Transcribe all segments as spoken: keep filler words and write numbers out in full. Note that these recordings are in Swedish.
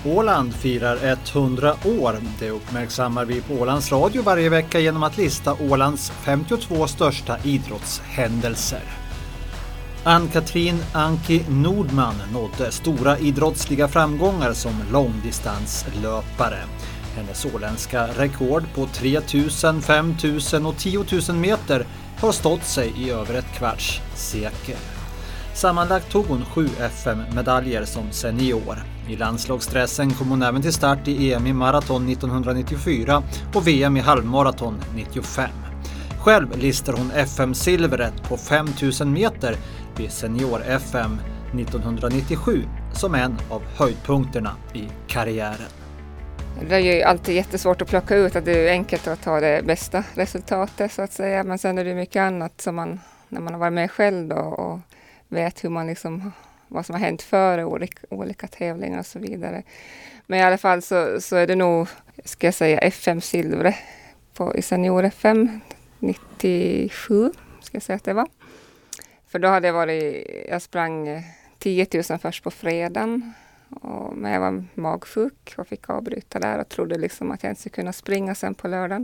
Åland firar hundra år. Det uppmärksammar vi på Ålands Radio varje vecka genom att lista Ålands femtiotvå största idrottshändelser. Ann-Katrin Anki Nordman nådde stora idrottsliga framgångar som långdistanslöpare. Hennes åländska rekord på tre tusen, fem tusen och tio tusen meter har stått sig i över ett kvarts sekel. Sammanlagt tog hon sju F M-medaljer som senior. I landslagsdressen kom hon även till start i E M i maraton nittonhundranittiofyra och V M i halvmaraton nittiofem. Själv listar hon F M-silveret på fem tusen meter vid senior-F M nittonhundranittiosju som en av höjdpunkterna i karriären. Det är ju alltid jättesvårt att plocka ut, att det är enkelt att ta det bästa resultatet så att säga. Men sen är det mycket annat som man, när man har varit med själv då, och vet hur man liksom, vad som har hänt före olika, olika tävlingar och så vidare. Men i alla fall så, så är det nog, ska jag säga, F M-silvret på, i senior-F M nittiosju, ska jag säga att det var. För då hade jag varit, jag sprang tio tusen först på fredagen. Och, men jag var magsjuk och fick avbryta där och trodde liksom att jag inte skulle kunna springa sen på lördagen.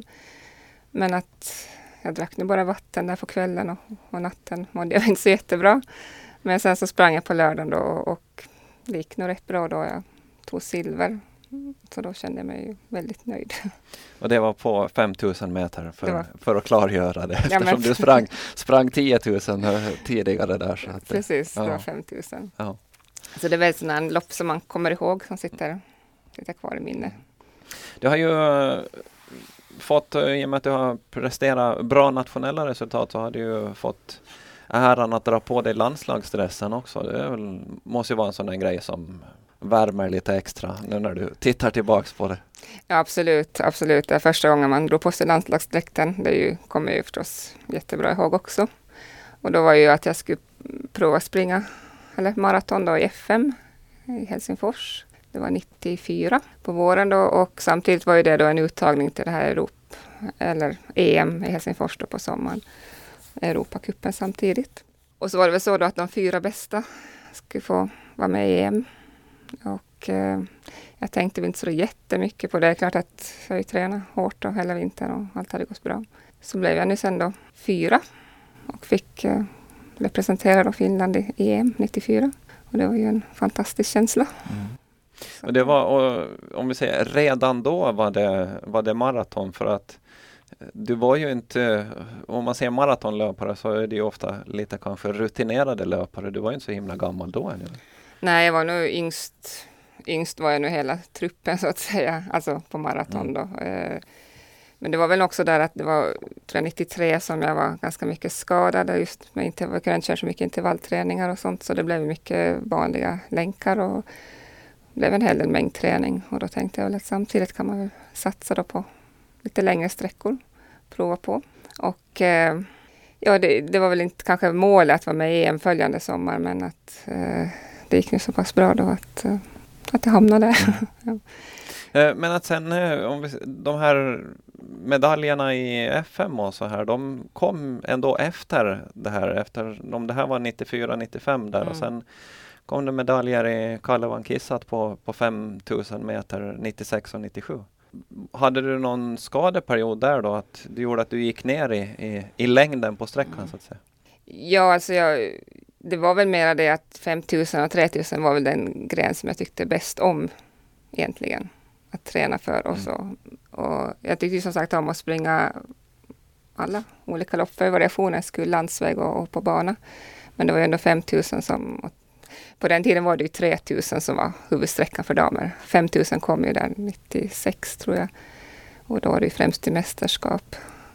Men att jag drack nu bara vatten där på kvällen och, och natten mådde jag inte så jättebra. Men sen så sprang jag på lördagen då och, och det gick nog rätt bra då. Jag tog silver. Så då kände jag mig väldigt nöjd. Och det var på fem tusen meter för, var... för att klargöra det. Eftersom ja, men... du sprang, sprang tio tusen tidigare där. Så att, precis, det ja. var fem tusen. Ja. Så det är väl sådana en lopp som man kommer ihåg som sitter, sitter kvar i minne. Du har ju uh, fått, i och med att du har presterat bra nationella resultat, så har du ju fått äran att dra på dig landslagsdressen också. Det är väl, måste ju vara en sån där grej som värmer lite extra nu när du tittar tillbaks på det. Ja, absolut, absolut. Det är första gången man drog på sig landslagsdräkten. Det är ju, kommer jag ju förstås jättebra ihåg också. Och då var ju att jag skulle prova springa eller maraton då i F M i Helsingfors. Det var nittiofyra på våren då, och samtidigt var ju det då en uttagning till det här Europa eller E M i Helsingfors då på sommaren. Europacupen samtidigt. Och så var det väl så då att de fyra bästa skulle få vara med i E M. Och eh, jag tänkte inte så jättemycket på det. Det är klart att jag har ju tränat hårt då hela vintern och allt hade gått bra. Så blev jag nu sen då fyra och fick eh, representera då Finland i E M nittiofyra. Och det var ju en fantastisk känsla. Mm. Och det var, och, om vi säger, redan då var det, var det maraton, för att du var ju inte, om man säger maratonlöpare så är det ju ofta lite kanske rutinerade löpare. Du var ju inte så himla gammal då ännu. Nej, jag var nog yngst, yngst var jag nu hela truppen så att säga, alltså på maraton då. Mm. Men det var väl också där att det var tror jag, nittiotre som jag var ganska mycket skadad. Just med inte, jag kunde inte köra så mycket intervallträningar och sånt, så det blev mycket vanliga länkar och det blev en hel del mängdträning. Och då tänkte jag väl att samtidigt kan man väl satsa då på lite längre sträckor, prova på. Och eh, ja, det, det var väl inte kanske målet att vara med i E M följande sommar, men att eh, det gick nu så pass bra då att, eh, att jag hamnade där. Mm. ja. Men att sen, om vi, de här medaljerna i F M och så här, de kom ändå efter det här, efter, om det här var nittiofyra nittiofem där, mm. och sen kom det medaljer i Kalevan Kissat på, på fem tusen meter nittiosex och nittiosju. Hade du någon skadeperiod där då, att det gjorde att du gick ner i, i, i längden på sträckan mm. så att säga? Ja, alltså jag, det var väl mer det att fem tusen och tre tusen var väl den gren som jag tyckte bäst om egentligen att träna för och mm. så. Och jag tyckte som sagt om att springa alla olika lopp för variationen, skulle landsväg och, och på bana. Men det var ju ändå fem tusen som, på den tiden var det ju tre tusen som var huvudsträckan för damer. fem tusen kom ju där nittiosex tror jag. Och då var det ju främst i mästerskap.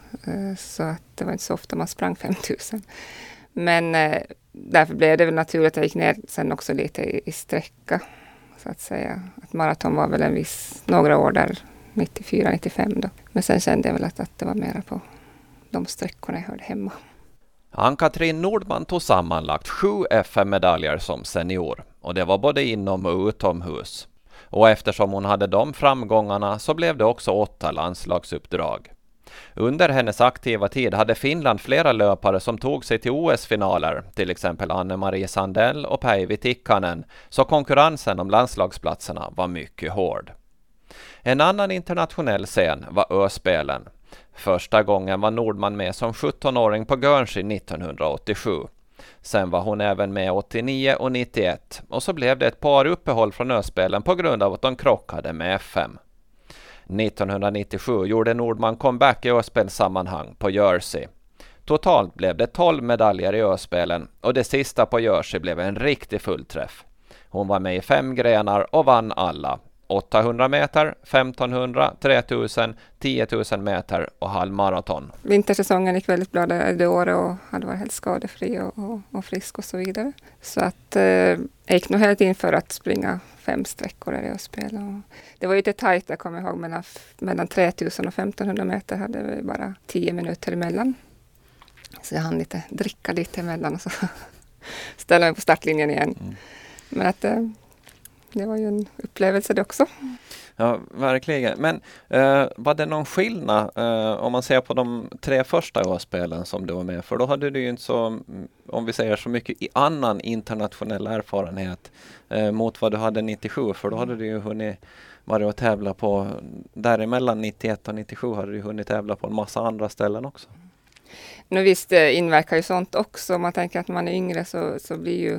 Så att det var inte så ofta man sprang fem tusen. Men eh, därför blev det väl naturligt att jag gick ner sen också lite i, i sträcka. Så att säga. Att maraton var väl en viss, några år där, nittiofyra nittiofem då. Men sen kände jag väl att, att det var mera på de sträckorna jag hörde hemma. Ann-Katrin Nordman tog sammanlagt sju F M-medaljer som senior. Och det var både inom och utomhus. Och eftersom hon hade de framgångarna så blev det också åtta landslagsuppdrag. Under hennes aktiva tid hade Finland flera löpare som tog sig till O S-finaler, till exempel Anne-Marie Sandell och Päivi Tikkanen, så konkurrensen om landslagsplatserna var mycket hård. En annan internationell scen var Öspelen. Första gången var Nordman med som sjuttonåring på Guernsey nittonhundraåttiosju. Sen var hon även med åttionio och nittioett och så blev det ett par uppehåll från Öspelen på grund av att de krockade med F M. nittonhundranittiosju gjorde Nordman comeback i Öspelsammanhang på Jersey. Totalt blev det tolv medaljer i Öspelen och det sista på Jersey blev en riktig fullträff. Hon var med i fem grenar och vann alla. åttahundra meter, femtonhundra, tre tusen, tio tusen meter och halvmaraton. Vintersäsongen gick väldigt bra det, det året och hade varit helt skadefri och, och, och frisk och så vidare. Så att eh, jag gick nog helt in för att springa fem sträckor där i Öspelen. Det var ju lite tajt, jag kommer ihåg, mellan, mellan tre tusen och femtonhundra meter hade vi bara tio minuter emellan. Så jag hann lite dricka lite emellan och så ställa mig på startlinjen igen. Mm. Men att eh, det var ju en upplevelse det också. Ja, verkligen. Men eh, var det någon skillnad eh, om man ser på de tre första Öspelen som du var med? För då hade du ju inte så, om vi säger så mycket i annan internationell erfarenhet eh, mot vad du hade nittiosju. För då hade du ju hunnit vara och tävla på, däremellan nittioett och nittiosju hade du hunnit tävla på en massa andra ställen också. Nu visst inverkar ju sånt också. Om man tänker att man är yngre så, så blir ju,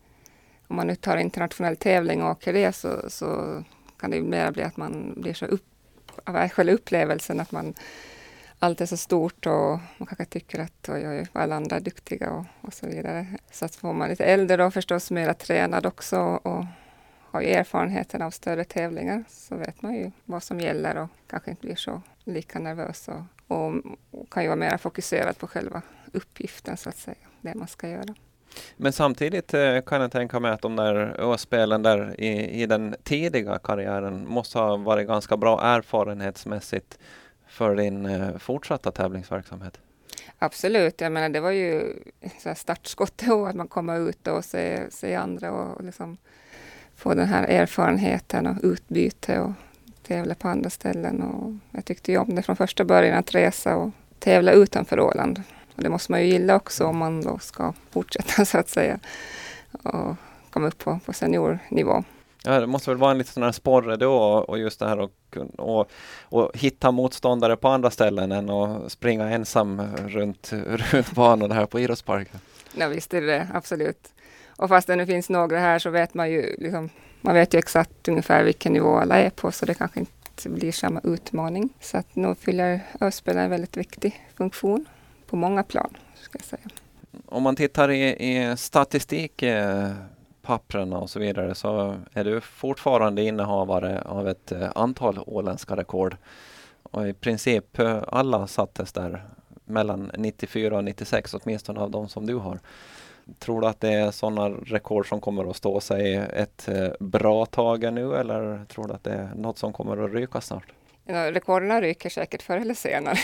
om man nu tar internationell tävling och åker det så, så kan det ju mer bli att man blir så upp av själva upplevelsen att man allt är så stort och man kanske tycker att oj, oj, alla andra är duktiga och, och så vidare. Så att får man lite äldre då förstås mera tränad också och har ju erfarenheten av större tävlingar så vet man ju vad som gäller och kanske inte blir så lika nervös och, och kan ju vara mer fokuserad på själva uppgiften så att säga, det man ska göra. Men samtidigt eh, kan jag tänka mig att de där Öspelen där i, i den tidiga karriären måste ha varit ganska bra erfarenhetsmässigt för din eh, fortsatta tävlingsverksamhet. Absolut, jag menar det var ju så här startskottet och att man kommer ut och ser, ser andra och liksom få den här erfarenheten och utbyte och tävla på andra ställen. Och jag tyckte ju om det från första början att resa och tävla utanför Åland. Och det måste man ju gilla också om man då ska fortsätta så att säga och komma upp på, på seniornivå. Ja, det måste väl vara en lite sån här sporre då och just det här och, och, och hitta motståndare på andra ställen än att springa ensam runt, runt banan här på idrottsparken. Ja visst är det, absolut. Och fast det nu finns några här så vet man ju liksom, man vet ju exakt ungefär vilken nivå alla är på så det kanske inte blir samma utmaning. Så att nu fyller Öspelen en väldigt viktig funktion på många plan ska jag säga. Om man tittar i, i statistik eh, papperna och så vidare så är du fortfarande innehavare av ett eh, antal åländska rekord. Och i princip eh, alla sattes där mellan nittiofyra och nittiosex åtminstone av de som du har. Tror du att det är sådana rekord som kommer att stå sig ett eh, bra tag nu eller tror du att det är något som kommer att ryka snart? Ja, rekorden ryker säkert förr eller senare.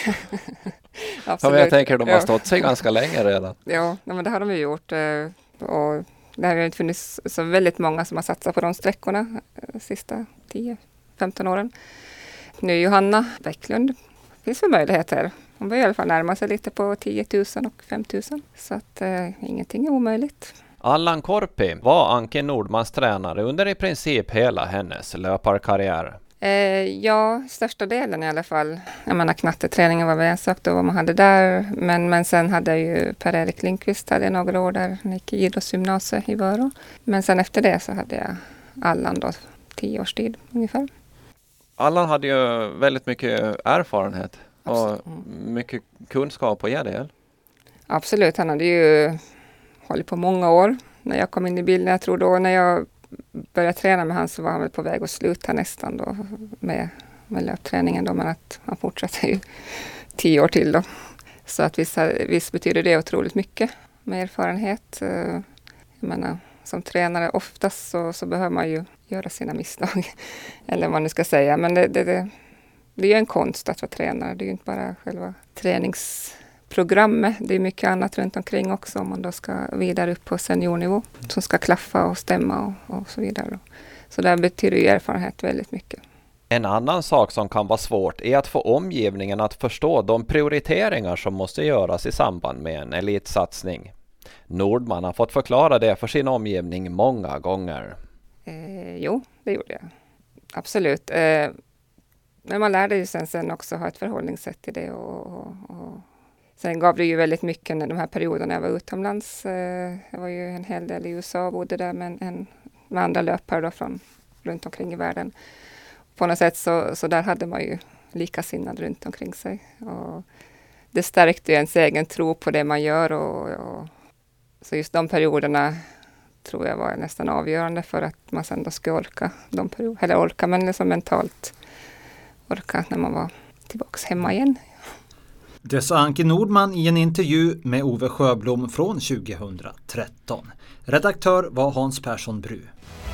Ja, men jag tänker att de har stått sig ganska länge redan. Ja, men det har de ju gjort. Och det har ju inte funnits så väldigt många som har satsat på de sträckorna de sista tio femton åren. Nu Johanna Bäcklund finns för möjligheter. Hon börjar i alla fall närma sig lite på tio tusen och fem tusen. Så att eh, ingenting är omöjligt. Allan Korpi var Anke Nordmans tränare under i princip hela hennes löparkarriär. Eh, ja, största delen i alla fall. Jag menar knatteträningen var väl en sak då vad man hade där. Men, men sen hade jag ju Per-Erik Lindqvist hade jag några år där. Han gick i idrottsgymnasiet i Vörå. Men sen efter det så hade jag Allan då tio års tid ungefär. Allan hade ju väldigt mycket erfarenhet. Absolut. Och mycket kunskap och gärdel. Absolut, han hade ju hållit på många år när jag kom in i bilden. Jag tror då när jag började träna med han så var han väl på väg att sluta nästan då med, med löpträningen då, men att han fortsatte ju tio år till då. Så att visst, visst betyder det otroligt mycket med erfarenhet. Jag menar, som tränare oftast så, så behöver man ju göra sina misstag eller vad man nu ska säga, men det, det, det Det är ju en konst att vara tränare. Det är ju inte bara själva träningsprogrammet. Det är mycket annat runt omkring också om man då ska vidare upp på seniornivå. Som ska klaffa och stämma och, och så vidare. Så där betyder ju erfarenhet väldigt mycket. En annan sak som kan vara svårt är att få omgivningen att förstå de prioriteringar som måste göras i samband med en elitsatsning. Nordman har fått förklara det för sin omgivning många gånger. Eh, jo, det gjorde jag. Absolut. Eh, men man lärde ju sen, sen också ha ett förhållningssätt till det. Och, och, och. Sen gav det ju väldigt mycket när de här perioderna jag var utomlands. Eh, jag var ju en hel del i U S A och bodde där med, en, med andra löpare då från runt omkring i världen. På något sätt så, så där hade man ju likasinnade runt omkring sig. Och det stärkte ju ens egen tro på det man gör. Och, och, så just de perioderna tror jag var nästan avgörande för att man sen då skulle orka. De perioder, eller orka, men liksom mentalt orka när man var tillbaka hemma igen. Det sa Anki Nordman i en intervju med Ove Sjöblom från tjugohundratretton. Redaktör var Hans Persson Bru.